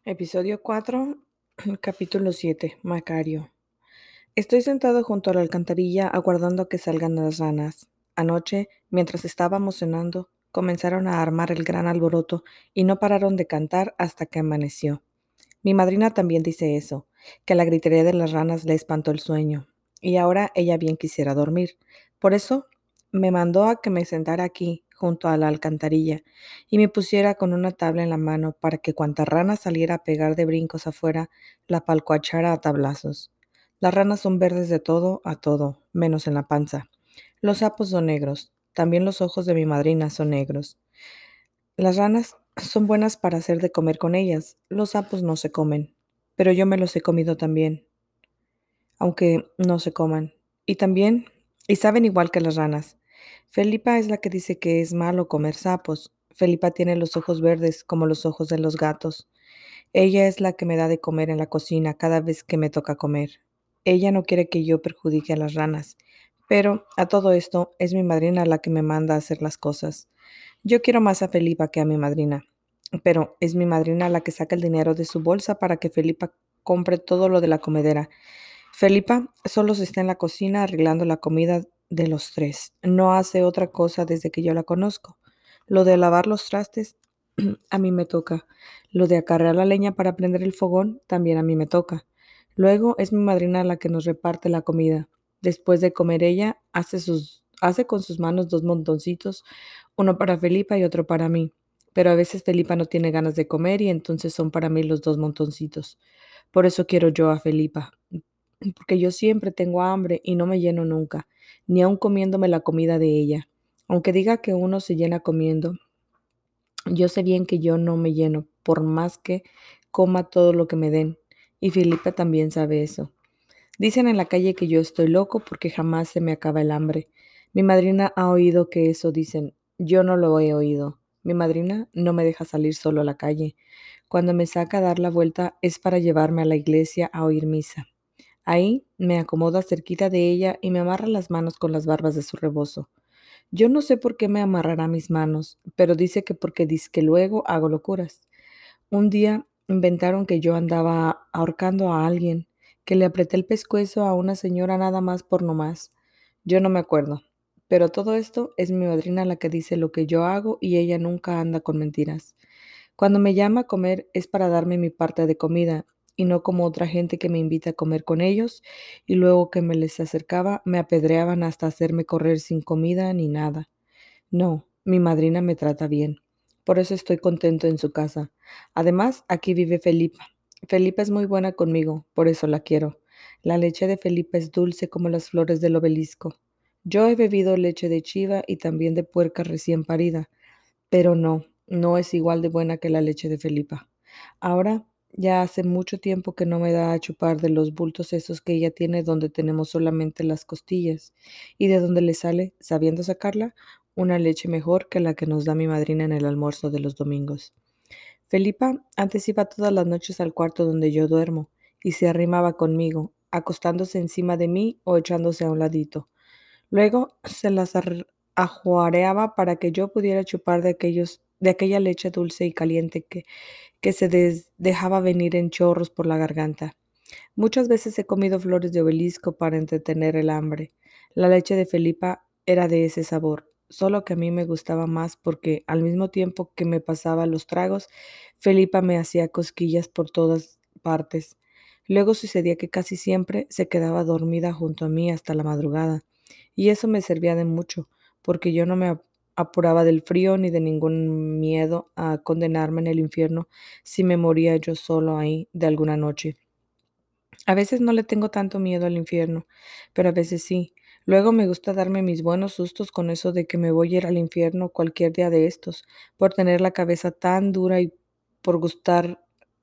Episodio 4, capítulo 7. Macario. Estoy sentado junto a la alcantarilla aguardando a que salgan las ranas. Anoche, mientras estábamos cenando, comenzaron a armar el gran alboroto y no pararon de cantar hasta que amaneció. Mi madrina también dice eso, que la gritería de las ranas le espantó el sueño, y ahora ella bien quisiera dormir. Por eso me mandó a que me sentara aquí, junto a la alcantarilla, y me pusiera con una tabla en la mano para que cuanta rana saliera a pegar de brincos afuera, la palcoachara a tablazos. Las ranas son verdes de todo a todo, menos en la panza. Los sapos son negros, también los ojos de mi madrina son negros. Las ranas son buenas para hacer de comer con ellas. Los sapos no se comen, pero yo me los he comido también, aunque no se coman. Y saben igual que las ranas. Felipa es la que dice que es malo comer sapos. Felipa tiene los ojos verdes como los ojos de los gatos. Ella es la que me da de comer en la cocina cada vez que me toca comer. Ella no quiere que yo perjudique a las ranas, pero a todo esto es mi madrina la que me manda a hacer las cosas. Yo quiero más a Felipa que a mi madrina, pero es mi madrina la que saca el dinero de su bolsa para que Felipa compre todo lo de la comedera. Felipa solo se está en la cocina arreglando la comida de los tres. No hace otra cosa desde que yo la conozco. Lo de lavar los trastes a mí me toca. Lo de acarrear la leña para prender el fogón también a mí me toca. Luego es mi madrina la que nos reparte la comida. Después de comer ella, hace con sus manos dos montoncitos, uno para Felipa y otro para mí. Pero a veces Felipa no tiene ganas de comer y entonces son para mí los dos montoncitos. Por eso quiero yo a Felipa, porque yo siempre tengo hambre y no me lleno nunca, ni aun comiéndome la comida de ella. Aunque diga que uno se llena comiendo, yo sé bien que yo no me lleno, por más que coma todo lo que me den, y Felipa también sabe eso. Dicen en la calle que yo estoy loco porque jamás se me acaba el hambre. Mi madrina ha oído que eso dicen. Yo no lo he oído. Mi madrina no me deja salir solo a la calle. Cuando me saca a dar la vuelta es para llevarme a la iglesia a oír misa. Ahí me acomoda cerquita de ella y me amarra las manos con las barbas de su rebozo. Yo no sé por qué me amarrará mis manos, pero dice que porque dice que luego hago locuras. Un día inventaron que yo andaba ahorcando a alguien, que le apreté el pescuezo a una señora nada más por no más. Yo no me acuerdo. Pero todo esto es mi madrina la que dice lo que yo hago y ella nunca anda con mentiras. Cuando me llama a comer es para darme mi parte de comida, y no como otra gente que me invita a comer con ellos, y luego que me les acercaba me apedreaban hasta hacerme correr sin comida ni nada. No, mi madrina me trata bien. Por eso estoy contento en su casa. Además, aquí vive Felipa. Felipa es muy buena conmigo, por eso la quiero. La leche de Felipa es dulce como las flores del obelisco. Yo he bebido leche de chiva y también de puerca recién parida, pero no, no es igual de buena que la leche de Felipa. Ahora ya hace mucho tiempo que no me da a chupar de los bultos esos que ella tiene donde tenemos solamente las costillas y de donde le sale, sabiendo sacarla, una leche mejor que la que nos da mi madrina en el almuerzo de los domingos. Felipa antes iba todas las noches al cuarto donde yo duermo y se arrimaba conmigo, acostándose encima de mí o echándose a un ladito. Luego se las ajuareaba para que yo pudiera chupar de aquella leche dulce y caliente que dejaba venir en chorros por la garganta. Muchas veces he comido flores de obelisco para entretener el hambre. La leche de Felipa era de ese sabor, solo que a mí me gustaba más porque al mismo tiempo que me pasaba los tragos, Felipa me hacía cosquillas por todas partes. Luego sucedía que casi siempre se quedaba dormida junto a mí hasta la madrugada, y eso me servía de mucho, porque yo no me apuraba del frío ni de ningún miedo a condenarme en el infierno si me moría yo solo ahí de alguna noche. A veces no le tengo tanto miedo al infierno, pero a veces sí. Luego me gusta darme mis buenos sustos con eso de que me voy a ir al infierno cualquier día de estos, por tener la cabeza tan dura por gustar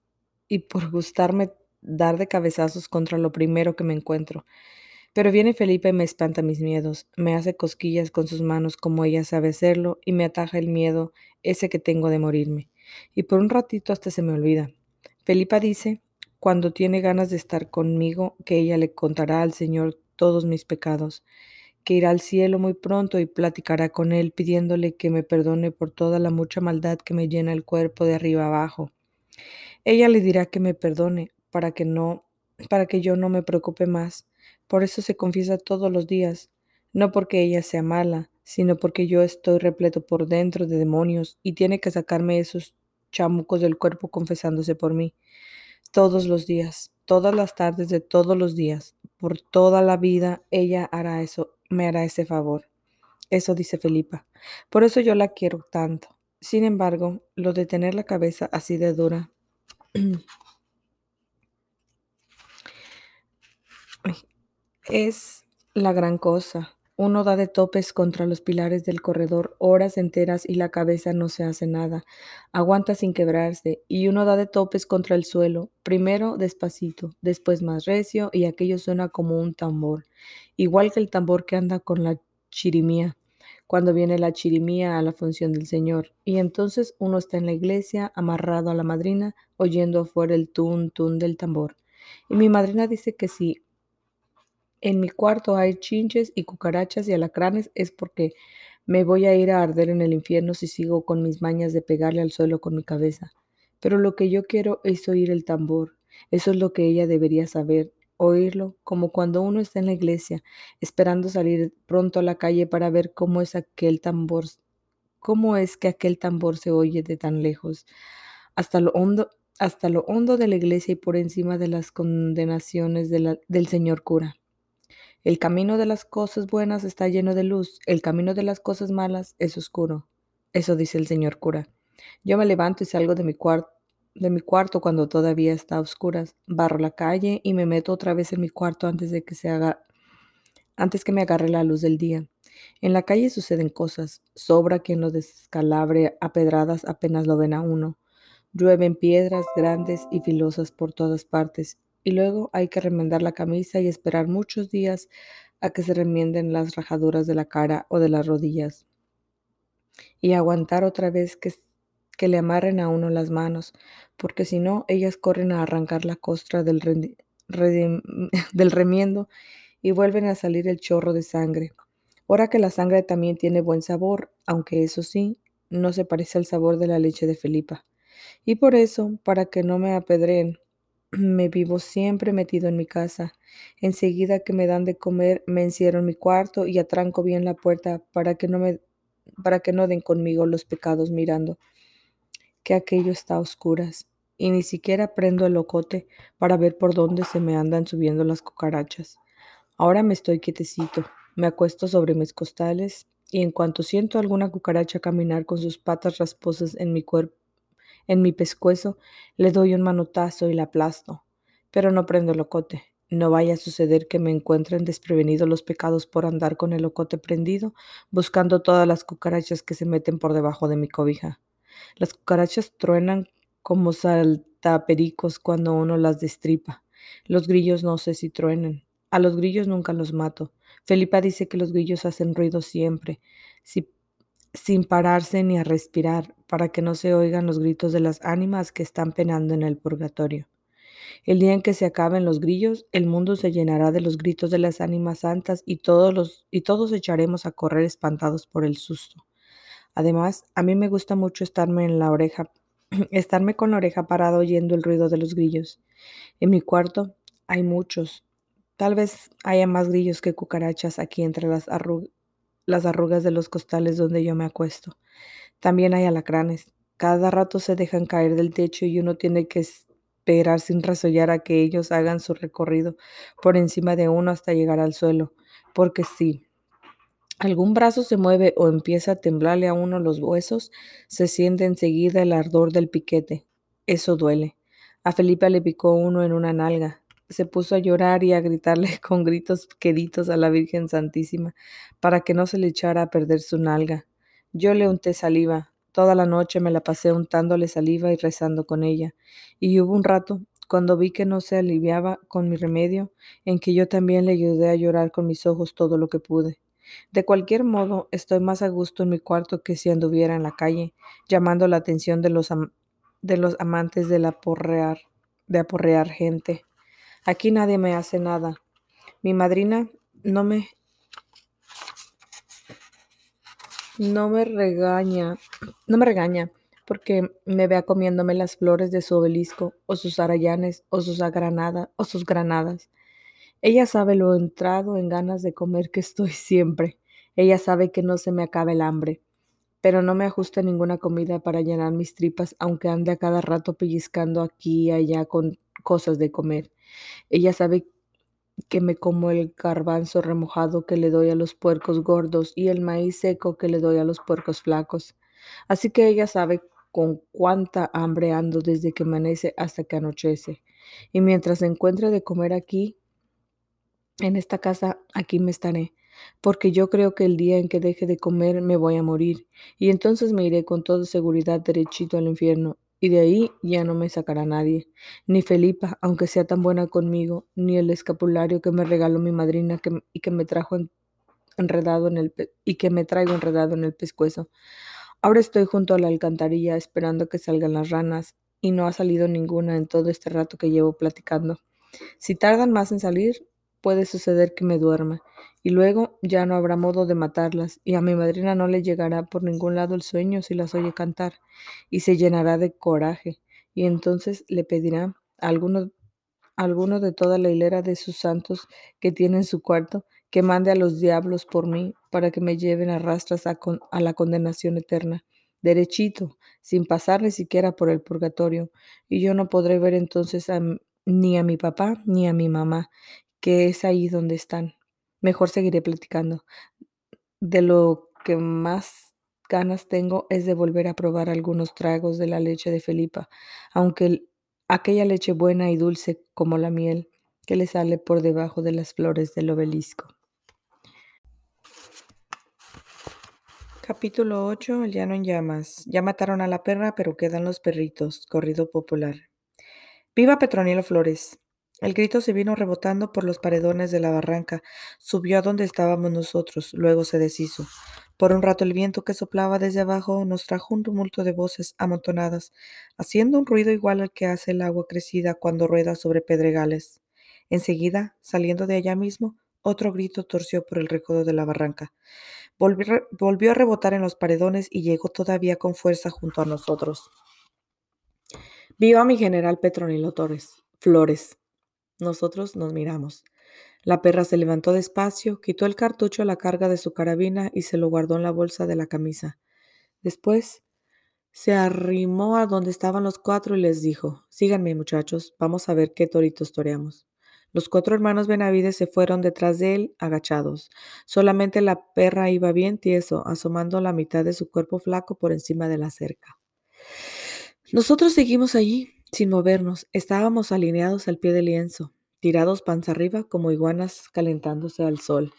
por gustarme dar de cabezazos contra lo primero que me encuentro. Pero viene Felipe y me espanta mis miedos, me hace cosquillas con sus manos como ella sabe hacerlo y me ataja el miedo ese que tengo de morirme. Y por un ratito hasta se me olvida. Felipa dice, cuando tiene ganas de estar conmigo, que ella le contará al Señor todos mis pecados, que irá al cielo muy pronto y platicará con él pidiéndole que me perdone por toda la mucha maldad que me llena el cuerpo de arriba abajo. Ella le dirá que me perdone para que yo no me preocupe más. Por eso se confiesa todos los días, no porque ella sea mala, sino porque yo estoy repleto por dentro de demonios y tiene que sacarme esos chamucos del cuerpo confesándose por mí. Todos los días, todas las tardes de todos los días, por toda la vida, ella hará eso, me hará ese favor. Eso dice Felipa. Por eso yo la quiero tanto. Sin embargo, lo de tener la cabeza así de dura es la gran cosa. Uno da de topes contra los pilares del corredor horas enteras y la cabeza no se hace nada. Aguanta sin quebrarse y uno da de topes contra el suelo, primero despacito, después más recio y aquello suena como un tambor, igual que el tambor que anda con la chirimía, cuando viene la chirimía a la función del Señor. Y entonces uno está en la iglesia, amarrado a la madrina, oyendo afuera el tun tun del tambor. Y mi madrina dice que si en mi cuarto hay chinches y cucarachas y alacranes, es porque me voy a ir a arder en el infierno si sigo con mis mañas de pegarle al suelo con mi cabeza. Pero lo que yo quiero es oír el tambor. Eso es lo que ella debería saber, oírlo, como cuando uno está en la iglesia, esperando salir pronto a la calle para ver cómo es aquel tambor, cómo es que aquel tambor se oye de tan lejos, hasta lo hondo de la iglesia y por encima de las condenaciones del señor cura. El camino de las cosas buenas está lleno de luz, el camino de las cosas malas es oscuro. Eso dice el señor cura. Yo me levanto y salgo de mi cuarto cuando todavía está a oscuras. Barro la calle y me meto otra vez en mi cuarto antes que me agarre la luz del día. En la calle suceden cosas. Sobra quien lo descalabre a pedradas apenas lo ven a uno. Llueven piedras grandes y filosas por todas partes, y luego hay que remendar la camisa y esperar muchos días a que se remienden las rajaduras de la cara o de las rodillas, y aguantar otra vez que le amarren a uno las manos, porque si no, ellas corren a arrancar la costra redi- del remiendo y vuelven a salir el chorro de sangre. Ahora que la sangre también tiene buen sabor, aunque eso sí, no se parece al sabor de la leche de Felipa. Y por eso, para que no me apedreen, me vivo siempre metido en mi casa. Enseguida que me dan de comer, me encierro en mi cuarto y atranco bien la puerta para que no den conmigo los pecados mirando que aquello está a oscuras. Y ni siquiera prendo el locote para ver por dónde se me andan subiendo las cucarachas. Ahora me estoy quietecito, me acuesto sobre mis costales y en cuanto siento alguna cucaracha caminar con sus patas rasposas en mi pescuezo, le doy un manotazo y la aplasto. Pero no prendo el locote. No vaya a suceder que me encuentren desprevenidos los pecados por andar con el locote prendido, buscando todas las cucarachas que se meten por debajo de mi cobija. Las cucarachas truenan como saltapericos cuando uno las destripa. Los grillos no sé si truenan. A los grillos nunca los mato. Felipa dice que los grillos hacen ruido siempre, si- sin pararse ni a respirar, para que no se oigan los gritos de las ánimas que están penando en el purgatorio. El día en que se acaben los grillos, el mundo se llenará de los gritos de las ánimas santas y todos echaremos a correr espantados por el susto. Además, a mí me gusta mucho estarme con la oreja parada oyendo el ruido de los grillos. En mi cuarto hay muchos. Tal vez haya más grillos que cucarachas aquí entre las arrugas de los costales donde yo me acuesto. También hay alacranes. Cada rato se dejan caer del techo y uno tiene que esperar sin rasollar a que ellos hagan su recorrido por encima de uno hasta llegar al suelo. Porque sí, algún brazo se mueve o empieza a temblarle a uno los huesos, se siente enseguida el ardor del piquete. Eso duele. A Felipa le picó uno en una nalga. Se puso a llorar y a gritarle con gritos queditos a la Virgen Santísima para que no se le echara a perder su nalga. Yo le unté saliva. Toda la noche me la pasé untándole saliva y rezando con ella. Y hubo un rato, cuando vi que no se aliviaba con mi remedio, en que yo también le ayudé a llorar con mis ojos todo lo que pude. De cualquier modo, estoy más a gusto en mi cuarto que si anduviera en la calle, llamando la atención de los amantes de aporrear gente. Aquí nadie me hace nada. Mi madrina no me, no me regaña, no me regaña, porque me vea comiéndome las flores de su obelisco, o sus arayanes, o sus granadas. Ella sabe lo entrado en ganas de comer que estoy siempre. Ella sabe que no se me acaba el hambre, pero no me ajusta ninguna comida para llenar mis tripas, aunque ande a cada rato pellizcando aquí y allá con cosas de comer. Ella sabe que me como el garbanzo remojado que le doy a los puercos gordos y el maíz seco que le doy a los puercos flacos. Así que ella sabe con cuánta hambre ando desde que amanece hasta que anochece. Y mientras encuentre de comer aquí, en esta casa, aquí me estaré, porque yo creo que el día en que deje de comer me voy a morir, y entonces me iré con toda seguridad derechito al infierno, y de ahí ya no me sacará nadie, ni Felipa, aunque sea tan buena conmigo, ni el escapulario que me regaló mi madrina y que me trajo enredado y que me traigo enredado en el pescuezo. Ahora estoy junto a la alcantarilla esperando que salgan las ranas, y no ha salido ninguna en todo este rato que llevo platicando. Si tardan más en salir, puede suceder que me duerma, y luego ya no habrá modo de matarlas, y a mi madrina no le llegará por ningún lado el sueño si las oye cantar, y se llenará de coraje, y entonces le pedirá a alguno de toda la hilera de sus santos que tiene en su cuarto, que mande a los diablos por mí, para que me lleven a rastras a la condenación eterna, derechito, sin pasar ni siquiera por el purgatorio, y yo no podré ver entonces ni a mi papá ni a mi mamá, que es ahí donde están. Mejor seguiré platicando. De lo que más ganas tengo es de volver a probar algunos tragos de la leche de Felipa, aunque aquella leche buena y dulce como la miel que le sale por debajo de las flores del obelisco. Capítulo 8. El llano en llamas. Ya mataron a la perra, pero quedan los perritos. Corrido popular. ¡Viva Petronilo Flores! El grito se vino rebotando por los paredones de la barranca, subió a donde estábamos nosotros, luego se deshizo. Por un rato el viento que soplaba desde abajo nos trajo un tumulto de voces amontonadas, haciendo un ruido igual al que hace el agua crecida cuando rueda sobre pedregales. Enseguida, saliendo de allá mismo, otro grito torció por el recodo de la barranca. Volvió a rebotar en los paredones y llegó todavía con fuerza junto a nosotros. ¡Viva mi general Petronilo Flores! Nosotros nos miramos. La perra se levantó despacio, quitó el cartucho a la carga de su carabina y se lo guardó en la bolsa de la camisa. Después se arrimó a donde estaban los cuatro y les dijo: síganme, muchachos, vamos a ver qué toritos toreamos. Los cuatro hermanos Benavides se fueron detrás de él, agachados. Solamente la perra iba bien tieso, asomando la mitad de su cuerpo flaco por encima de la cerca. Nosotros seguimos allí, sin movernos. Estábamos alineados al pie del lienzo, tirados panza arriba como iguanas calentándose al sol.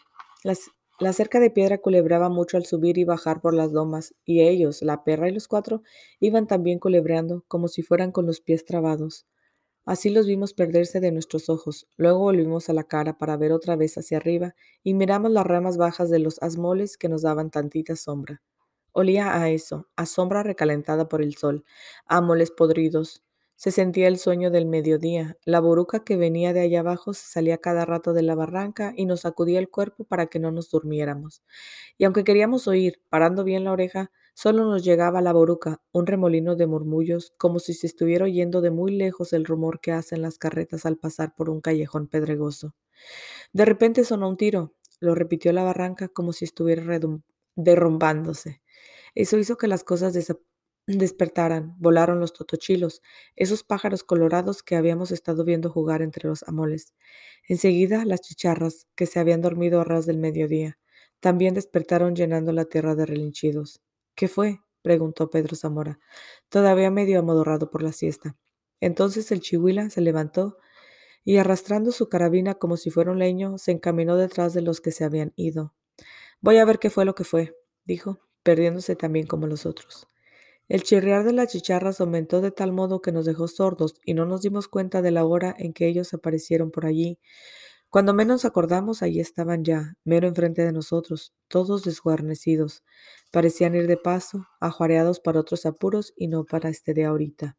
La cerca de piedra culebraba mucho al subir y bajar por las lomas, y ellos, la perra y los cuatro, iban también culebreando, como si fueran con los pies trabados. Así los vimos perderse de nuestros ojos. Luego volvimos a la cara para ver otra vez hacia arriba, y miramos las ramas bajas de los asmoles que nos daban tantita sombra. Olía a eso, a sombra recalentada por el sol, a moles podridos. Se sentía el sueño del mediodía. La boruca que venía de allá abajo se salía cada rato de la barranca y nos sacudía el cuerpo para que no nos durmiéramos. Y aunque queríamos oír, parando bien la oreja, solo nos llegaba a la boruca un remolino de murmullos, como si se estuviera oyendo de muy lejos el rumor que hacen las carretas al pasar por un callejón pedregoso. De repente sonó un tiro. Lo repitió la barranca como si estuviera derrumbándose. Eso hizo que las cosas despertaran. Volaron los totochilos, esos pájaros colorados que habíamos estado viendo jugar entre los amoles. Enseguida las chicharras, que se habían dormido a ras del mediodía, también despertaron llenando la tierra de relinchidos. ¿Qué fue?, preguntó Pedro Zamora, todavía medio amodorrado por la siesta. Entonces el chihuila se levantó y, arrastrando su carabina como si fuera un leño, se encaminó detrás de los que se habían ido. Voy a ver qué fue lo que fue, dijo, perdiéndose también como los otros. El chirriar de las chicharras aumentó de tal modo que nos dejó sordos y no nos dimos cuenta de la hora en que ellos aparecieron por allí. Cuando menos acordamos, allí estaban ya, mero enfrente de nosotros, todos desguarnecidos. Parecían ir de paso, ajuareados para otros apuros y no para este de ahorita.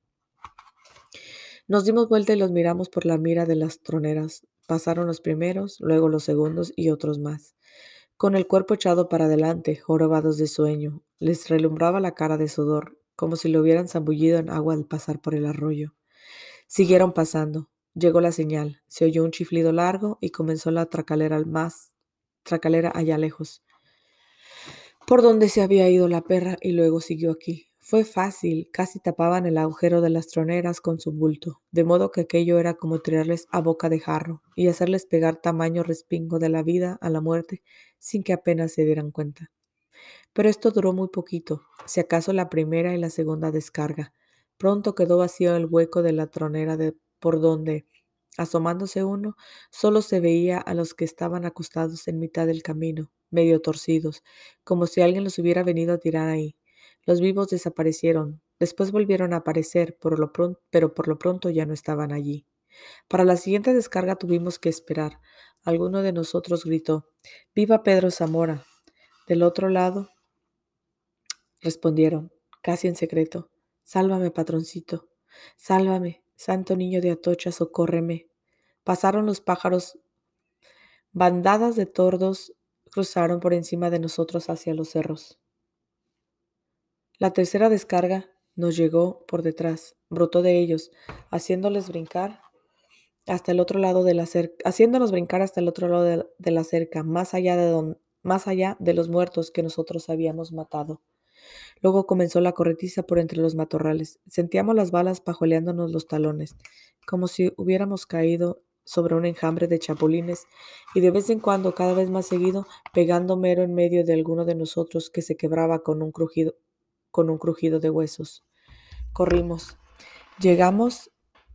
Nos dimos vuelta y los miramos por la mira de las troneras. Pasaron los primeros, luego los segundos y otros más, con el cuerpo echado para adelante, jorobados de sueño. Les relumbraba la cara de sudor. como si lo hubieran zambullido en agua al pasar por el arroyo. Siguieron pasando. Llegó la señal. Se oyó un chiflido largo y comenzó la tracalera allá lejos, por donde se había ido la perra, y luego siguió aquí. Fue fácil, casi tapaban el agujero de las troneras con su bulto, de modo que aquello era como tirarles a boca de jarro y hacerles pegar tamaño respingo de la vida a la muerte sin que apenas se dieran cuenta. Pero esto duró muy poquito, si acaso la primera y la segunda descarga. Pronto quedó vacío el hueco de la tronera por donde, asomándose uno, solo se veía a los que estaban acostados en mitad del camino, medio torcidos, como si alguien los hubiera venido a tirar ahí. Los vivos desaparecieron, después volvieron a aparecer, pero por lo pronto ya no estaban allí. Para la siguiente descarga tuvimos que esperar. Alguno de nosotros gritó: «¡Viva Pedro Zamora!». Del otro lado respondieron, casi en secreto: «Sálvame, patroncito, sálvame, santo niño de Atocha, socórreme». Pasaron los pájaros, bandadas de tordos cruzaron por encima de nosotros hacia los cerros. La tercera descarga nos llegó por detrás, brotó de ellos, haciéndoles brincar hasta el otro lado de la cerca, haciéndonos brincar hasta el otro lado de la cerca, más allá de los muertos que nosotros habíamos matado. Luego comenzó la corretiza por entre los matorrales. Sentíamos las balas pajoleándonos los talones, como si hubiéramos caído sobre un enjambre de chapulines, y de vez en cuando, cada vez más seguido, pegando mero en medio de alguno de nosotros que se quebraba con un crujido de huesos. Corrimos. Llegamos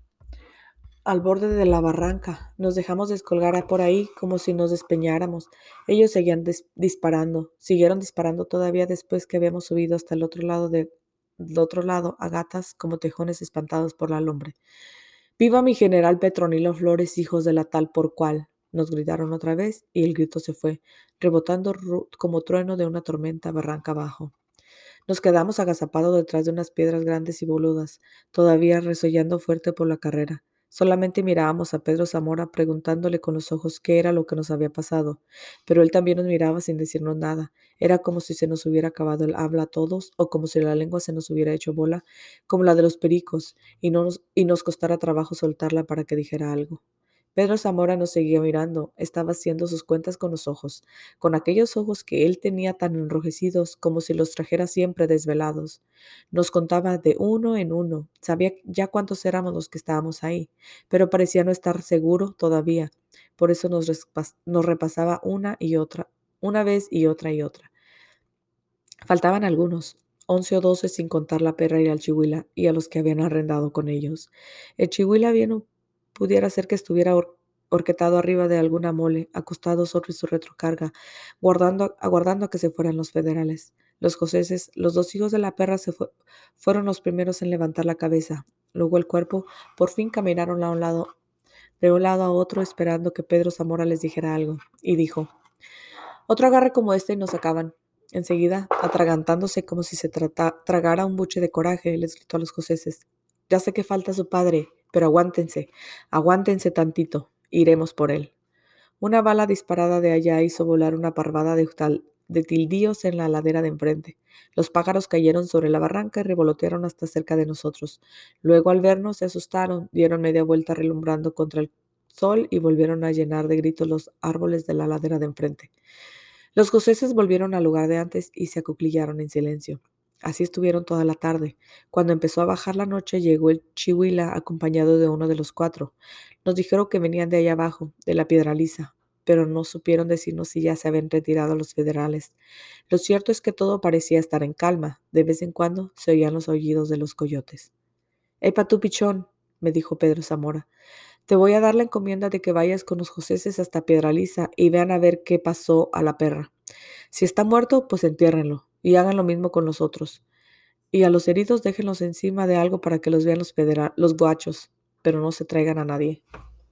al borde de la barranca. Nos dejamos descolgar por ahí como si nos despeñáramos. Ellos seguían disparando. Siguieron disparando todavía después que habíamos subido hasta el otro lado del otro lado a gatas como tejones espantados por la lumbre. «¡Viva mi general Petronilo Flores, hijos de la tal por cual!», nos gritaron otra vez, y el grito se fue, rebotando como trueno de una tormenta barranca abajo. Nos quedamos agazapados detrás de unas piedras grandes y boludas, todavía resollando fuerte por la carrera. Solamente mirábamos a Pedro Zamora preguntándole con los ojos qué era lo que nos había pasado, pero él también nos miraba sin decirnos nada. Era como si se nos hubiera acabado el habla a todos, o como si la lengua se nos hubiera hecho bola, como la de los pericos, y nos costara trabajo soltarla para que dijera algo. Pedro Zamora nos seguía mirando, estaba haciendo sus cuentas con los ojos, con aquellos ojos que él tenía tan enrojecidos como si los trajera siempre desvelados. Nos contaba de uno en uno, sabía ya cuántos éramos los que estábamos ahí, pero parecía no estar seguro todavía. Por eso nos repasaba una vez y otra y otra. Faltaban algunos, 11 o 12 sin contar la perra y al chihuila y a los que habían arrendado con ellos. El chihuila bien pudiera ser que estuviera horquetado arriba de alguna mole, acostado sobre su retrocarga, aguardando a que se fueran los federales. Los joseses, los dos hijos de la perra, fueron los primeros en levantar la cabeza. Luego el cuerpo. Por fin caminaron de un lado a otro, esperando que Pedro Zamora les dijera algo. Y dijo: «Otro agarre como este y nos acaban». Enseguida, atragantándose como si se tragara un buche de coraje, les gritó a los joseses: «Ya sé que falta su padre, pero aguántense tantito, iremos por él». Una bala disparada de allá hizo volar una parvada de tildíos en la ladera de enfrente. Los pájaros cayeron sobre la barranca y revolotearon hasta cerca de nosotros. Luego, al vernos, se asustaron, dieron media vuelta relumbrando contra el sol y volvieron a llenar de gritos los árboles de la ladera de enfrente. Los escoceses volvieron al lugar de antes y se acuclillaron en silencio. Así estuvieron toda la tarde. Cuando empezó a bajar la noche, llegó el chihuila acompañado de uno de los cuatro. Nos dijeron que venían de allá abajo, de la piedra lisa, pero no supieron decirnos si ya se habían retirado los federales. Lo cierto es que todo parecía estar en calma. De vez en cuando se oían los aullidos de los coyotes. «Epa tú, pichón», me dijo Pedro Zamora. «Te voy a dar la encomienda de que vayas con los joseses hasta Piedraliza y vean a ver qué pasó a la perra. Si está muerto, pues entiérrenlo, y hagan lo mismo con los otros. Y a los heridos déjenlos encima de algo para que los vean los guachos, pero no se traigan a nadie».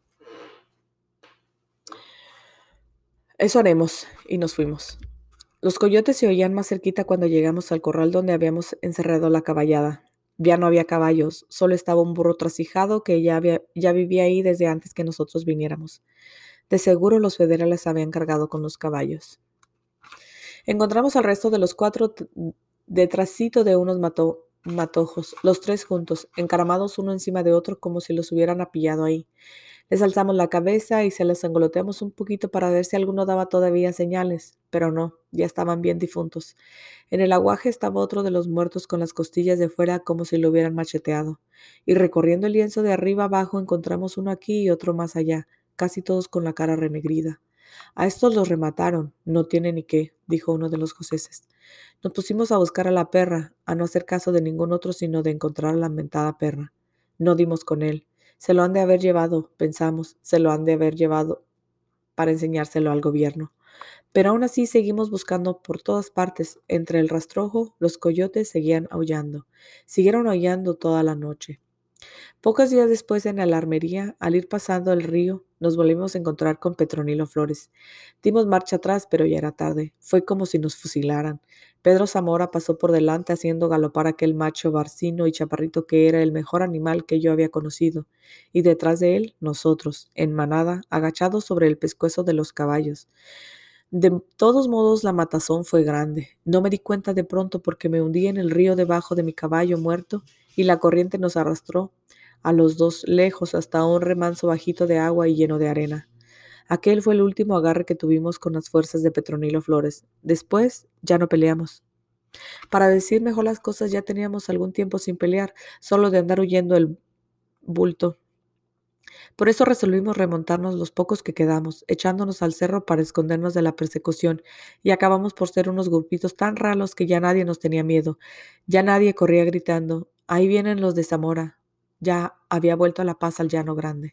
Eso haremos, y nos fuimos. Los coyotes se oían más cerquita cuando llegamos al corral donde habíamos encerrado la caballada. Ya no había caballos, solo estaba un burro trasijado que ya vivía ahí desde antes que nosotros viniéramos. De seguro los federales habían cargado con los caballos. Encontramos al resto de los cuatro detrásito de unos matojos, los tres juntos, encaramados uno encima de otro como si los hubieran apillado ahí. Les alzamos la cabeza y se les sangoloteamos un poquito para ver si alguno daba todavía señales, pero no, ya estaban bien difuntos. En el aguaje estaba otro de los muertos con las costillas de fuera como si lo hubieran macheteado. Y recorriendo el lienzo de arriba abajo encontramos uno aquí y otro más allá, casi todos con la cara renegrida. A estos los remataron, no tiene ni qué, dijo uno de los joseses. Nos pusimos a buscar a la perra, a no hacer caso de ningún otro sino de encontrar a la mentada perra. No dimos con él. Se lo han de haber llevado, pensamos, se lo han de haber llevado para enseñárselo al gobierno. Pero aún así seguimos buscando por todas partes. Entre el rastrojo, los coyotes seguían aullando. Siguieron aullando toda la noche. Pocos días después en la armería, al ir pasando el río, nos volvimos a encontrar con Petronilo Flores. Dimos marcha atrás, pero ya era tarde. Fue como si nos fusilaran. Pedro Zamora pasó por delante haciendo galopar aquel macho barcino y chaparrito que era el mejor animal que yo había conocido, y detrás de él nosotros, en manada, agachados sobre el pescuezo de los caballos. De todos modos, la matazón fue grande. No me di cuenta de pronto porque me hundí en el río debajo de mi caballo muerto y la corriente nos arrastró a los dos lejos hasta un remanso bajito de agua y lleno de arena. Aquel fue el último agarre que tuvimos con las fuerzas de Petronilo Flores. Después ya no peleamos. Para decir mejor las cosas, ya teníamos algún tiempo sin pelear, solo de andar huyendo el bulto. Por eso resolvimos remontarnos los pocos que quedamos, echándonos al cerro para escondernos de la persecución, y acabamos por ser unos grupitos tan raros que ya nadie nos tenía miedo. Ya nadie corría gritando, ahí vienen los de Zamora. Ya había vuelto a la paz al Llano Grande.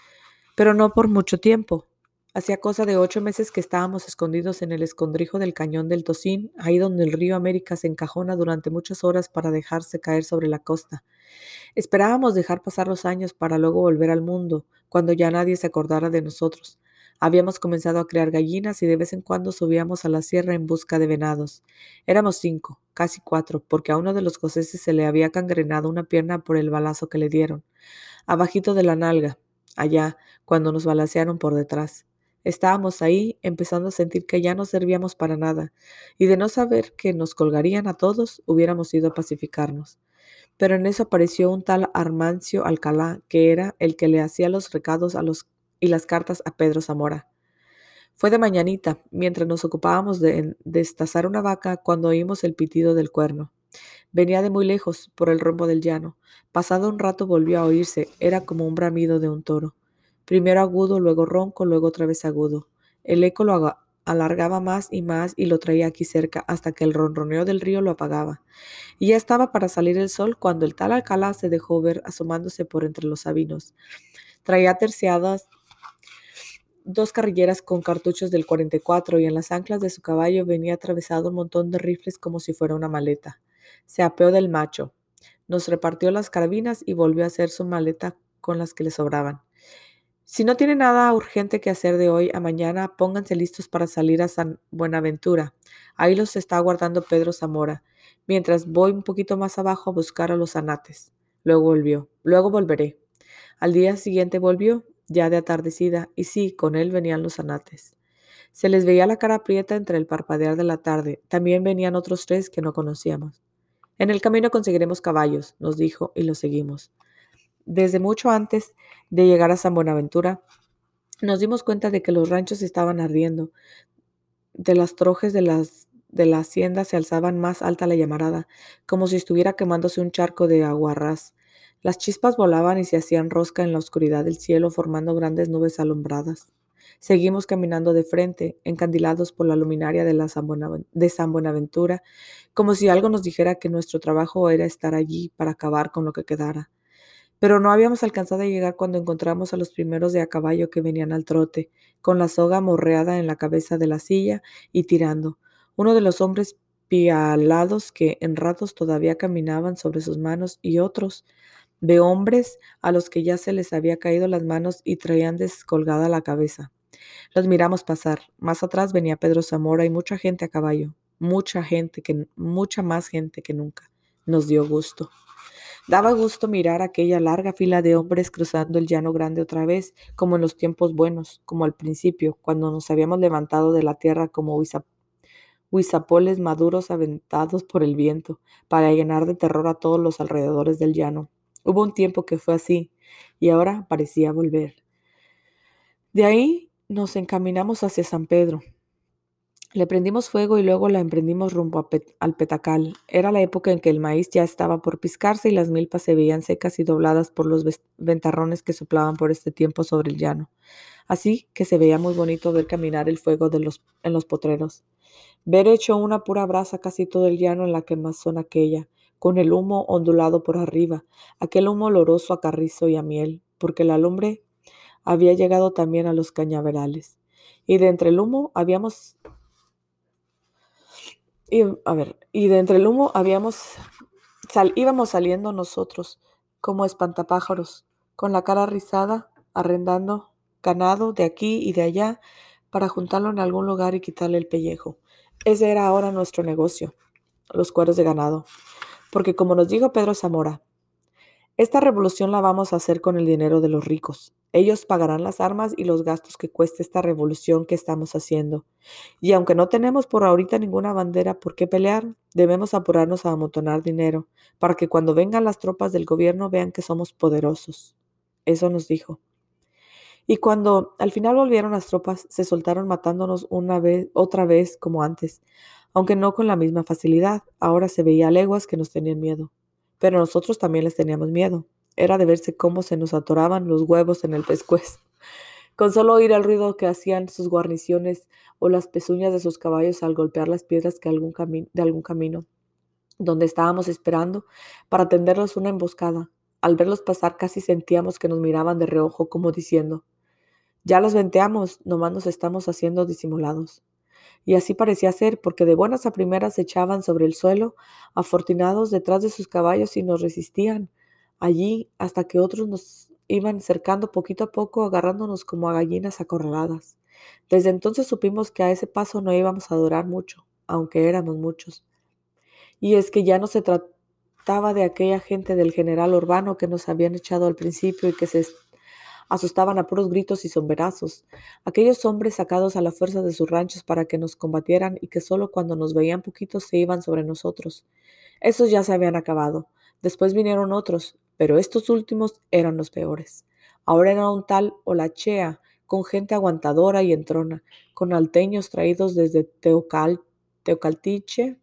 Pero no por mucho tiempo. Hacía cosa de 8 meses que estábamos escondidos en el escondrijo del cañón del Tocín, ahí donde el río América se encajona durante muchas horas para dejarse caer sobre la costa. Esperábamos dejar pasar los años para luego volver al mundo, cuando ya nadie se acordara de nosotros. Habíamos comenzado a criar gallinas y de vez en cuando subíamos a la sierra en busca de venados. Éramos 5, casi 4, porque a uno de los escoceses se le había gangrenado una pierna por el balazo que le dieron, abajito de la nalga, allá, cuando nos balacearon por detrás. Estábamos ahí, empezando a sentir que ya no servíamos para nada, y de no saber que nos colgarían a todos, hubiéramos ido a pacificarnos. Pero en eso apareció un tal Armancio Alcalá, que era el que le hacía los recados y las cartas a Pedro Zamora. Fue de mañanita, mientras nos ocupábamos de destazar una vaca, cuando oímos el pitido del cuerno. Venía de muy lejos, por el rumbo del llano. Pasado un rato volvió a oírse, era como un bramido de un toro. Primero agudo, luego ronco, luego otra vez agudo. El eco lo alargaba más y lo traía aquí cerca, hasta que el ronroneo del río lo apagaba. Y ya estaba para salir el sol cuando el tal Alcalá se dejó ver asomándose por entre los sabinos. Traía terciadas 2 carrilleras con cartuchos del 44 y en las anclas de su caballo venía atravesado un montón de rifles como si fuera una maleta. Se apeó del macho, nos repartió las carabinas y volvió a hacer su maleta con las que le sobraban. Si no tiene nada urgente que hacer de hoy a mañana, pónganse listos para salir a San Buenaventura. Ahí los está aguardando Pedro Zamora, mientras voy un poquito más abajo a buscar a los anates. Luego volvió. Luego volveré. Al día siguiente volvió, ya de atardecida, y sí, con él venían los anates. Se les veía la cara aprieta entre el parpadear de la tarde. También venían otros 3 que no conocíamos. En el camino conseguiremos caballos, nos dijo, y los seguimos. Desde mucho antes de llegar a San Buenaventura, nos dimos cuenta de que los ranchos estaban ardiendo. De las trojes de la hacienda se alzaban más alta la llamarada, como si estuviera quemándose un charco de aguarrás. Las chispas volaban y se hacían rosca en la oscuridad del cielo, formando grandes nubes alumbradas. Seguimos caminando de frente, encandilados por la luminaria de San Buenaventura, como si algo nos dijera que nuestro trabajo era estar allí para acabar con lo que quedara. Pero no habíamos alcanzado a llegar cuando encontramos a los primeros de a caballo que venían al trote, con la soga amorreada en la cabeza de la silla y tirando. Uno de los hombres pialados que en ratos todavía caminaban sobre sus manos y otros de hombres a los que ya se les había caído las manos y traían descolgada la cabeza. Los miramos pasar. Más atrás venía Pedro Zamora y mucha gente a caballo. Mucha más gente que nunca. Nos dio gusto. Daba gusto mirar aquella larga fila de hombres cruzando el llano grande otra vez, como en los tiempos buenos, como al principio, cuando nos habíamos levantado de la tierra como huizapoles maduros aventados por el viento, para llenar de terror a todos los alrededores del llano. Hubo un tiempo que fue así, y ahora parecía volver. De ahí nos encaminamos hacia San Pedro. Le prendimos fuego y luego la emprendimos rumbo al Petacal. Era la época en que el maíz ya estaba por piscarse y las milpas se veían secas y dobladas por los ventarrones que soplaban por este tiempo sobre el llano. Así que se veía muy bonito ver caminar el fuego en los potreros. Ver hecho una pura brasa casi todo el llano en la quemazón aquella, con el humo ondulado por arriba, aquel humo oloroso a carrizo y a miel, porque la lumbre había llegado también a los cañaverales. Y de entre el humo íbamos saliendo nosotros, como espantapájaros, con la cara rizada, arrendando ganado de aquí y de allá, para juntarlo en algún lugar y quitarle el pellejo. Ese era ahora nuestro negocio, los cueros de ganado. Porque como nos dijo Pedro Zamora, esta revolución la vamos a hacer con el dinero de los ricos. Ellos pagarán las armas y los gastos que cueste esta revolución que estamos haciendo. Y aunque no tenemos por ahorita ninguna bandera por qué pelear, debemos apurarnos a amontonar dinero, para que cuando vengan las tropas del gobierno vean que somos poderosos. Eso nos dijo. Y cuando al final volvieron las tropas, se soltaron matándonos otra vez como antes, aunque no con la misma facilidad. Ahora se veía a leguas que nos tenían miedo. Pero nosotros también les teníamos miedo. Era de verse cómo se nos atoraban los huevos en el pescuezo. Con solo oír el ruido que hacían sus guarniciones o las pezuñas de sus caballos al golpear las piedras de algún camino, donde estábamos esperando para tenderlos una emboscada. Al verlos pasar casi sentíamos que nos miraban de reojo como diciendo, ya los venteamos, nomás nos estamos haciendo disimulados. Y así parecía ser, porque de buenas a primeras se echaban sobre el suelo, afortunados detrás de sus caballos y nos resistían allí hasta que otros nos iban cercando poquito a poco, agarrándonos como a gallinas acorraladas. Desde entonces supimos que a ese paso no íbamos a durar mucho, aunque éramos muchos. Y es que ya no se trataba de aquella gente del general Urbano que nos habían echado al principio y que se asustaban a puros gritos y sombrerazos, aquellos hombres sacados a la fuerza de sus ranchos para que nos combatieran y que solo cuando nos veían poquitos se iban sobre nosotros. Esos ya se habían acabado. Después vinieron otros, pero estos últimos eran los peores. Ahora era un tal Olachea, con gente aguantadora y entrona, con alteños traídos desde Teocaltiche,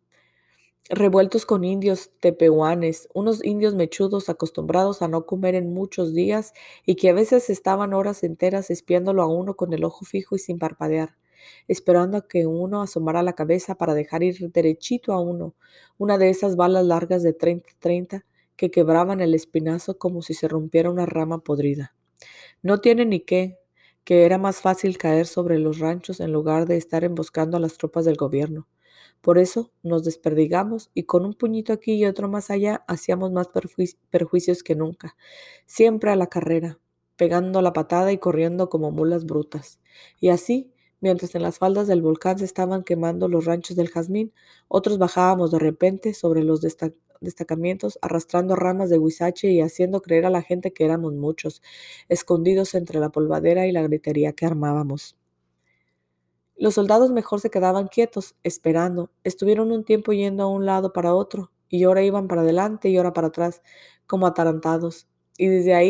revueltos con indios tepehuanes, unos indios mechudos acostumbrados a no comer en muchos días y que a veces estaban horas enteras espiándolo a uno con el ojo fijo y sin parpadear, esperando a que uno asomara la cabeza para dejar ir derechito a uno, una de esas balas largas de 30 que quebraban el espinazo como si se rompiera una rama podrida. No tiene ni qué, que era más fácil caer sobre los ranchos en lugar de estar emboscando a las tropas del gobierno. Por eso nos desperdigamos y con un puñito aquí y otro más allá hacíamos más perjuicios que nunca, siempre a la carrera, pegando la patada y corriendo como mulas brutas. Y así, mientras en las faldas del volcán se estaban quemando los ranchos del jazmín, otros bajábamos de repente sobre los destacamientos, arrastrando ramas de huizache y haciendo creer a la gente que éramos muchos, escondidos entre la polvadera y la gritería que armábamos. Los soldados mejor se quedaban quietos, esperando. Estuvieron un tiempo yendo a un lado para otro, y ahora iban para adelante y ahora para atrás, como atarantados. Y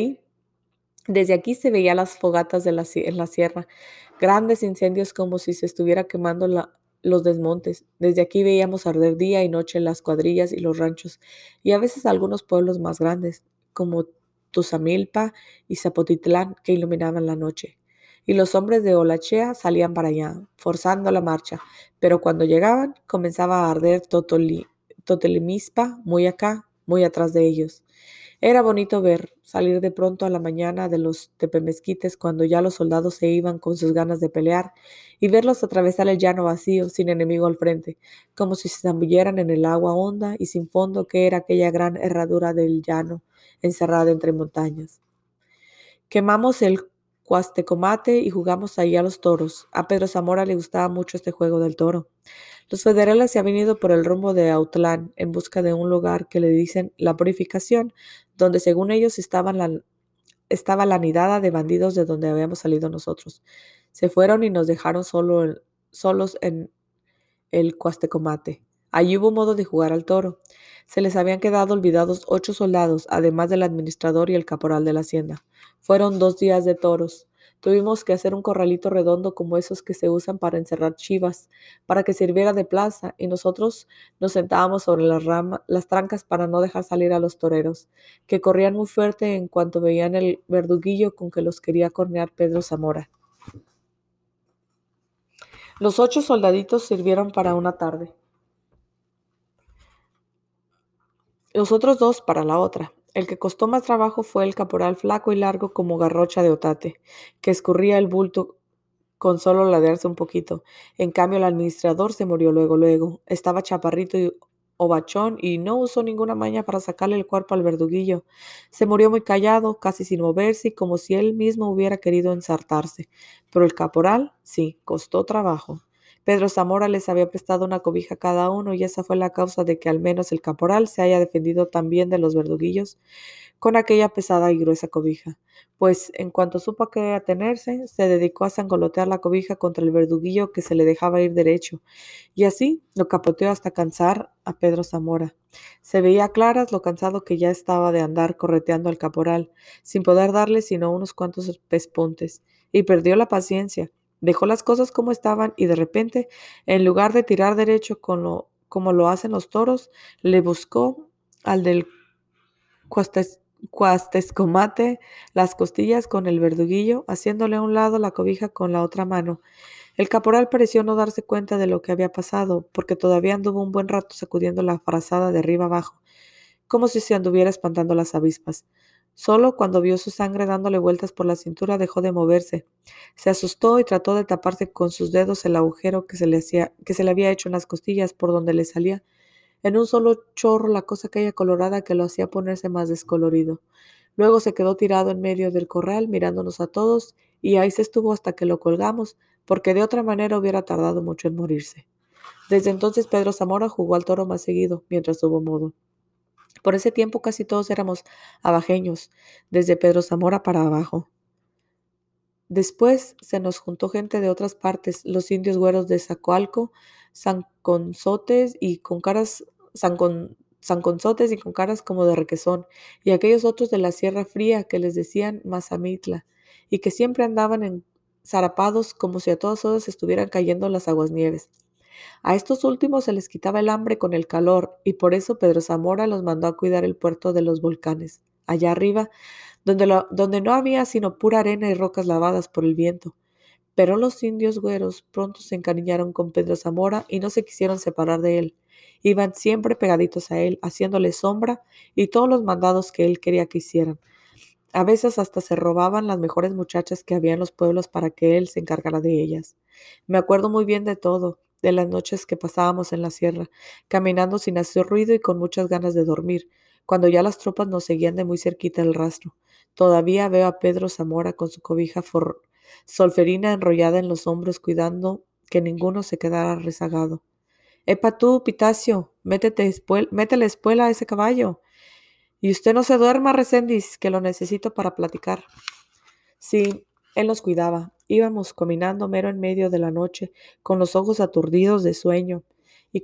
desde aquí se veían las fogatas en la sierra, grandes incendios como si se estuviera quemando los desmontes. Desde aquí veíamos arder día y noche las cuadrillas y los ranchos, y a veces algunos pueblos más grandes, como Tuzamilpa y Zapotitlán, que iluminaban la noche. Y los hombres de Olachea salían para allá, forzando la marcha, pero cuando llegaban comenzaba a arder Totemispa, muy acá, muy atrás de ellos. Era bonito ver salir de pronto a la mañana de los tepemezquites cuando ya los soldados se iban con sus ganas de pelear y verlos atravesar el llano vacío sin enemigo al frente, como si se zambulleran en el agua honda y sin fondo que era aquella gran herradura del llano encerrada entre montañas. Quemamos el cuastecomate y jugamos ahí a los toros. A Pedro Zamora le gustaba mucho este juego del toro. Los federales se habían ido por el rumbo de Autlán en busca de un lugar que le dicen La Purificación, donde según ellos estaba la nidada de bandidos de donde habíamos salido nosotros. Se fueron y nos dejaron solos el Cuastecomate. Allí hubo modo de jugar al toro. Se les habían quedado olvidados 8 soldados, además del administrador y el caporal de la hacienda. Fueron 2 días de toros. Tuvimos que hacer un corralito redondo como esos que se usan para encerrar chivas, para que sirviera de plaza, y nosotros nos sentábamos sobre las trancas para no dejar salir a los toreros, que corrían muy fuerte en cuanto veían el verduguillo con que los quería cornear Pedro Zamora. Los 8 soldaditos sirvieron para una tarde, los otros 2 para la otra. El que costó más trabajo fue el caporal flaco y largo como garrocha de otate, que escurría el bulto con solo ladearse un poquito. En cambio, el administrador se murió luego. Estaba chaparrito y ovachón y no usó ninguna maña para sacarle el cuerpo al verduguillo. Se murió muy callado, casi sin moverse y como si él mismo hubiera querido ensartarse. Pero el caporal, sí, costó trabajo. Pedro Zamora les había prestado una cobija a cada uno y esa fue la causa de que al menos el caporal se haya defendido tan bien de los verduguillos con aquella pesada y gruesa cobija, pues en cuanto supo a qué atenerse, se dedicó a sangolotear la cobija contra el verduguillo que se le dejaba ir derecho, y así lo capoteó hasta cansar a Pedro Zamora. Se veía a claras lo cansado que ya estaba de andar correteando al caporal, sin poder darle sino unos cuantos pespuntes, y perdió la paciencia. Dejó las cosas como estaban y de repente, en lugar de tirar derecho como lo hacen los toros, le buscó al del Cuastescomate las costillas con el verduguillo, haciéndole a un lado la cobija con la otra mano. El caporal pareció no darse cuenta de lo que había pasado, porque todavía anduvo un buen rato sacudiendo la frazada de arriba abajo, como si se anduviera espantando las avispas. Solo cuando vio su sangre dándole vueltas por la cintura dejó de moverse. Se asustó y trató de taparse con sus dedos el agujero que se le había hecho en las costillas por donde le salía en un solo chorro la cosa aquella colorada que lo hacía ponerse más descolorido. Luego se quedó tirado en medio del corral mirándonos a todos y ahí se estuvo hasta que lo colgamos, porque de otra manera hubiera tardado mucho en morirse. Desde entonces Pedro Zamora jugó al toro más seguido, mientras hubo modo. Por ese tiempo casi todos éramos abajeños, desde Pedro Zamora para abajo. Después se nos juntó gente de otras partes, los indios güeros de Zacoalco, sanconzotes y con caras, sanconzotes y con caras como de requesón, y aquellos otros de la Sierra Fría que les decían Mazamitla, y que siempre andaban zarapados como si a todas horas estuvieran cayendo las aguasnieves. A estos últimos se les quitaba el hambre con el calor, y por eso Pedro Zamora los mandó a cuidar el puerto de los volcanes, allá arriba, donde no había sino pura arena y rocas lavadas por el viento. Pero los indios güeros pronto se encariñaron con Pedro Zamora y no se quisieron separar de él. Iban siempre pegaditos a él, haciéndole sombra y todos los mandados que él quería que hicieran. A veces hasta se robaban las mejores muchachas que había en los pueblos para que él se encargara de ellas. Me acuerdo muy bien de todo, de las noches que pasábamos en la sierra, caminando sin hacer ruido y con muchas ganas de dormir, cuando ya las tropas nos seguían de muy cerquita el rastro. Todavía veo a Pedro Zamora con su cobija solferina enrollada en los hombros, cuidando que ninguno se quedara rezagado. Epa tú, Pitacio, métele espuela a ese caballo. Y usted no se duerma, Reséndiz, que lo necesito para platicar. Sí, él nos cuidaba. Íbamos caminando mero en medio de la noche, con los ojos aturdidos de sueño, y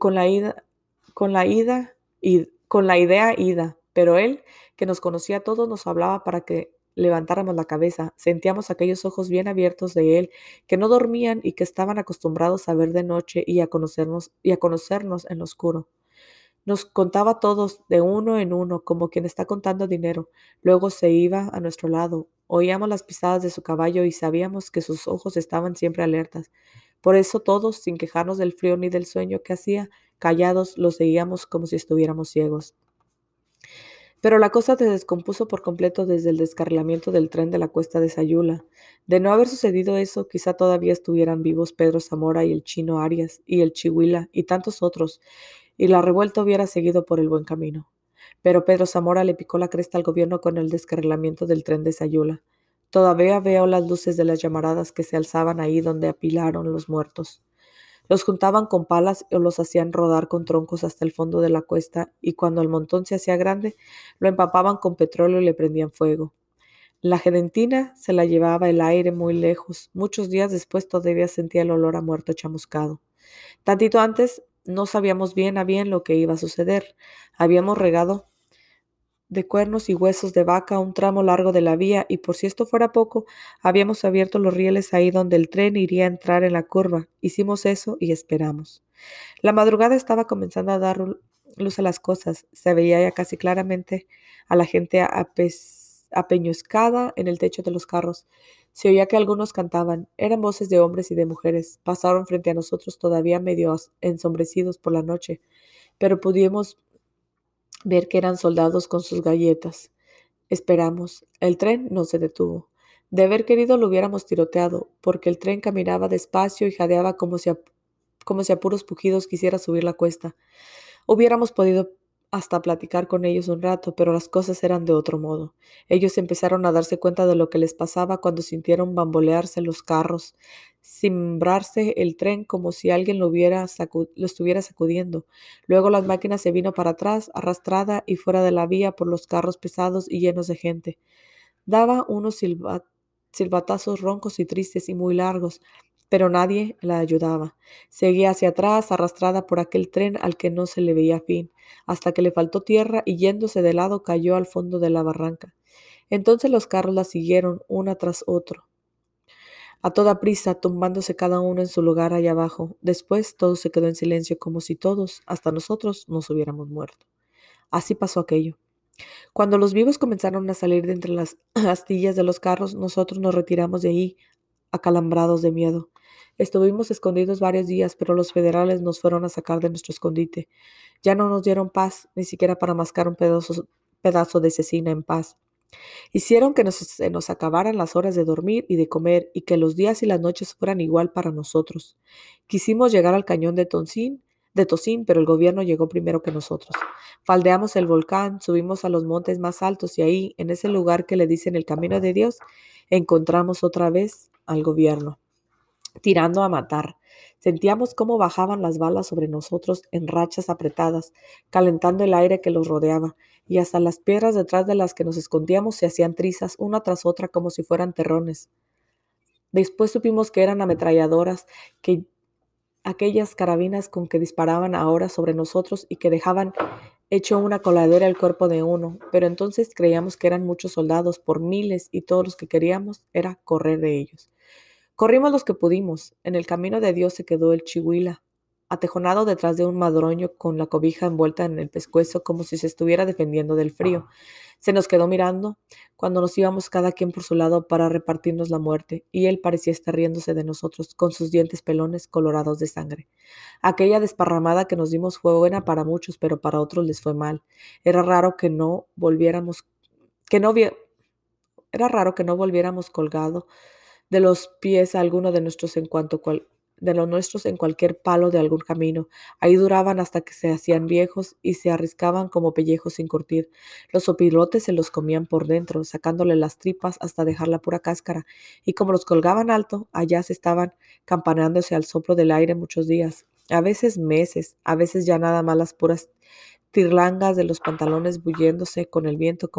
con la idea ida. Pero él, que nos conocía a todos, nos hablaba para que levantáramos la cabeza. Sentíamos aquellos ojos bien abiertos de él, que no dormían y que estaban acostumbrados a ver de noche y a conocernos en lo oscuro. Nos contaba todos de uno en uno, como quien está contando dinero. Luego se iba a nuestro lado. Oíamos las pisadas de su caballo y sabíamos que sus ojos estaban siempre alertas. Por eso todos, sin quejarnos del frío ni del sueño que hacía, callados, lo seguíamos como si estuviéramos ciegos. Pero la cosa se descompuso por completo desde el descarrilamiento del tren de la cuesta de Sayula. De no haber sucedido eso, quizá todavía estuvieran vivos Pedro Zamora y el chino Arias y el Chihuila y tantos otros, y la revuelta hubiera seguido por el buen camino. Pero Pedro Zamora le picó la cresta al gobierno con el descarrilamiento del tren de Sayula. Todavía veo las luces de las llamaradas que se alzaban ahí donde apilaron los muertos. Los juntaban con palas o los hacían rodar con troncos hasta el fondo de la cuesta y cuando el montón se hacía grande, lo empapaban con petróleo y le prendían fuego. La gedentina se la llevaba el aire muy lejos. Muchos días después todavía sentía el olor a muerto chamuscado. Tantito antes no sabíamos bien a bien lo que iba a suceder. Habíamos regado de cuernos y huesos de vaca un tramo largo de la vía y por si esto fuera poco, habíamos abierto los rieles ahí donde el tren iría a entrar en la curva. Hicimos eso y esperamos. La madrugada estaba comenzando a dar luz a las cosas. Se veía ya casi claramente a la gente apeñuscada en el techo de los carros. Se oía que algunos cantaban. Eran voces de hombres y de mujeres. Pasaron frente a nosotros todavía medio ensombrecidos por la noche, pero pudimos ver que eran soldados con sus galletas. Esperamos. El tren no se detuvo. De haber querido lo hubiéramos tiroteado, porque el tren caminaba despacio y jadeaba como si a puros pujidos quisiera subir la cuesta. Hubiéramos podido hasta platicar con ellos un rato, pero las cosas eran de otro modo. Ellos empezaron a darse cuenta de lo que les pasaba cuando sintieron bambolearse los carros, cimbrarse el tren como si alguien lo estuviera sacudiendo. Luego las máquinas se vino para atrás, arrastrada y fuera de la vía por los carros pesados y llenos de gente. Daba unos silbatazos roncos y tristes y muy largos, pero nadie la ayudaba. Seguía hacia atrás, arrastrada por aquel tren al que no se le veía fin, hasta que le faltó tierra y yéndose de lado cayó al fondo de la barranca. Entonces los carros la siguieron, una tras otro, a toda prisa, tumbándose cada uno en su lugar allá abajo. Después todo se quedó en silencio, como si todos, hasta nosotros, nos hubiéramos muerto. Así pasó aquello. Cuando los vivos comenzaron a salir de entre las astillas de los carros, nosotros nos retiramos de ahí, acalambrados de miedo. Estuvimos escondidos varios días, pero los federales nos fueron a sacar de nuestro escondite. Ya no nos dieron paz, ni siquiera para mascar un pedazo de cecina en paz. Hicieron que se nos acabaran las horas de dormir y de comer, y que los días y las noches fueran igual para nosotros. Quisimos llegar al cañón de Tocín, pero el gobierno llegó primero que nosotros. Faldeamos el volcán, subimos a los montes más altos y ahí, en ese lugar que le dicen el camino de Dios, encontramos otra vez al gobierno, tirando a matar. Sentíamos cómo bajaban las balas sobre nosotros en rachas apretadas, calentando el aire que los rodeaba, y hasta las piedras detrás de las que nos escondíamos se hacían trizas una tras otra como si fueran terrones. Después supimos que eran ametralladoras, que aquellas carabinas con que disparaban ahora sobre nosotros y que dejaban hecho una coladera el cuerpo de uno, pero entonces creíamos que eran muchos soldados por miles y todos los que queríamos era correr de ellos. Corrimos los que pudimos. En el camino de Dios se quedó el chihuila, atejonado detrás de un madroño con la cobija envuelta en el pescuezo como si se estuviera defendiendo del frío. Se nos quedó mirando cuando nos íbamos cada quien por su lado para repartirnos la muerte, y él parecía estar riéndose de nosotros con sus dientes pelones colorados de sangre. Aquella desparramada que nos dimos fue buena para muchos, pero para otros les fue mal. Era raro que no volviéramos, que no vi- Era raro que no volviéramos colgado de los pies a alguno de de los nuestros en cualquier palo de algún camino. Ahí duraban hasta que se hacían viejos y se arriscaban como pellejos sin curtir. Los opilotes se los comían por dentro, sacándole las tripas hasta dejar la pura cáscara, y como los colgaban alto, allá se estaban campaneándose al soplo del aire muchos días, a veces meses, a veces ya nada más las puras tirlangas de los pantalones bulléndose con el viento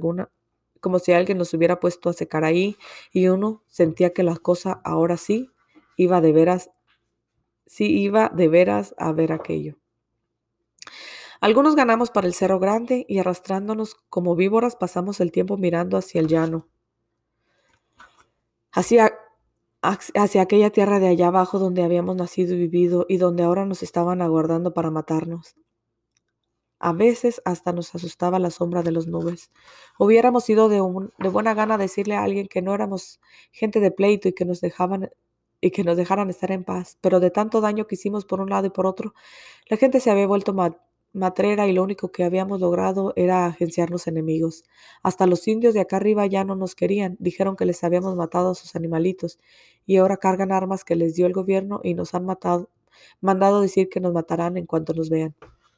como si alguien los hubiera puesto a secar ahí, y uno sentía que la cosa ahora iba de veras, sí iba de veras a ver aquello. Algunos ganamos para el Cerro Grande y arrastrándonos como víboras pasamos el tiempo mirando hacia el llano, hacia, hacia aquella tierra de allá abajo donde habíamos nacido y vivido y donde ahora nos estaban aguardando para matarnos. A veces hasta nos asustaba la sombra de las nubes. Hubiéramos ido de buena gana decirle a alguien que no éramos gente de pleito y que nos dejaran estar en paz, pero de tanto daño que hicimos por un lado y por otro, la gente se había vuelto matrera y lo único que habíamos logrado era agenciarnos enemigos. Hasta los indios de acá arriba ya no nos querían, dijeron que les habíamos matado a sus animalitos y ahora cargan armas que les dio el gobierno y nos han mandado decir que nos matarán en cuanto nos vean.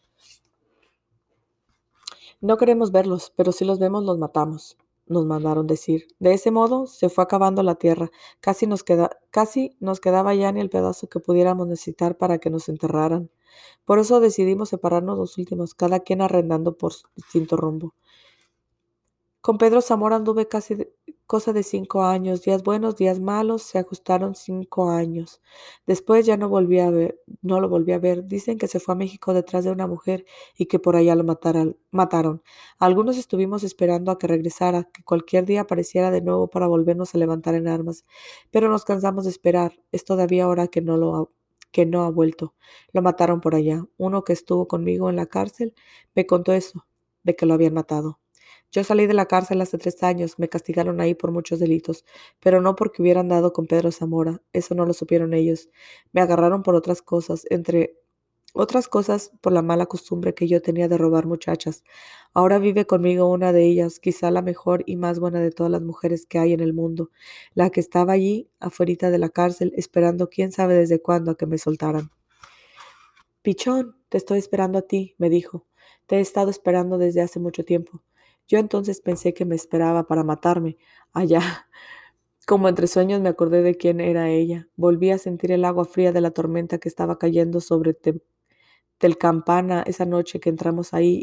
No queremos verlos, pero si los vemos los matamos, nos mandaron decir. De ese modo se fue acabando la tierra. Casi nos quedaba ya ni el pedazo que pudiéramos necesitar para que nos enterraran. Por eso decidimos separarnos los últimos, cada quien arrendando por distinto rumbo. Con Pedro Zamora anduve cosa de 5 años, días buenos, días malos, se ajustaron 5 años. Después ya no lo volví a ver. Dicen que se fue a México detrás de una mujer y que por allá lo mataron. Algunos estuvimos esperando a que regresara, que cualquier día apareciera de nuevo para volvernos a levantar en armas, pero nos cansamos de esperar. Es todavía hora que no ha vuelto. Lo mataron por allá. Uno que estuvo conmigo en la cárcel me contó eso, de que lo habían matado. Yo salí de la cárcel hace 3 años, me castigaron ahí por muchos delitos, pero no porque hubieran dado con Pedro Zamora, eso no lo supieron ellos. Me agarraron por otras cosas, entre otras cosas por la mala costumbre que yo tenía de robar muchachas. Ahora vive conmigo una de ellas, quizá la mejor y más buena de todas las mujeres que hay en el mundo, la que estaba allí, afuerita de la cárcel, esperando quién sabe desde cuándo a que me soltaran. Pichón, te estoy esperando a ti, me dijo. Te he estado esperando desde hace mucho tiempo. Yo entonces pensé que me esperaba para matarme. Allá, como entre sueños me acordé de quién era ella. Volví a sentir el agua fría de la tormenta que estaba cayendo sobre Telcampana esa noche que entramos ahí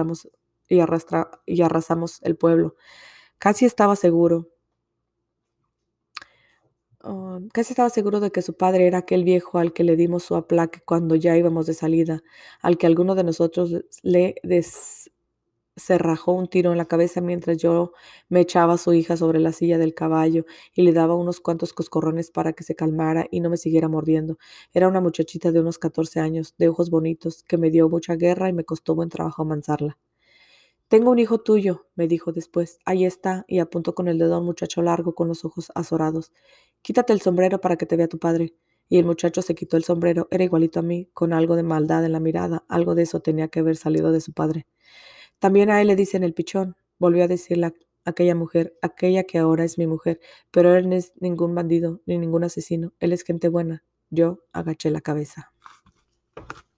y arrasamos el pueblo. Casi estaba seguro. Casi estaba seguro de que su padre era aquel viejo al que le dimos su aplaque cuando ya íbamos de salida, al que alguno de nosotros se rajó un tiro en la cabeza mientras yo me echaba a su hija sobre la silla del caballo y le daba unos cuantos coscorrones para que se calmara y no me siguiera mordiendo. Era una muchachita de unos 14 años, de ojos bonitos, que me dio mucha guerra y me costó buen trabajo amansarla. Tengo un hijo tuyo, me dijo después. Ahí está, y apuntó con el dedo a un muchacho largo con los ojos azorados. Quítate el sombrero para que te vea tu padre. Y el muchacho se quitó el sombrero. Era igualito a mí, con algo de maldad en la mirada. Algo de eso tenía que haber salido de su padre. También a él le dicen el pichón, volvió a decir aquella mujer, aquella que ahora es mi mujer, pero él no es ningún bandido ni ningún asesino. Él es gente buena. Yo agaché la cabeza.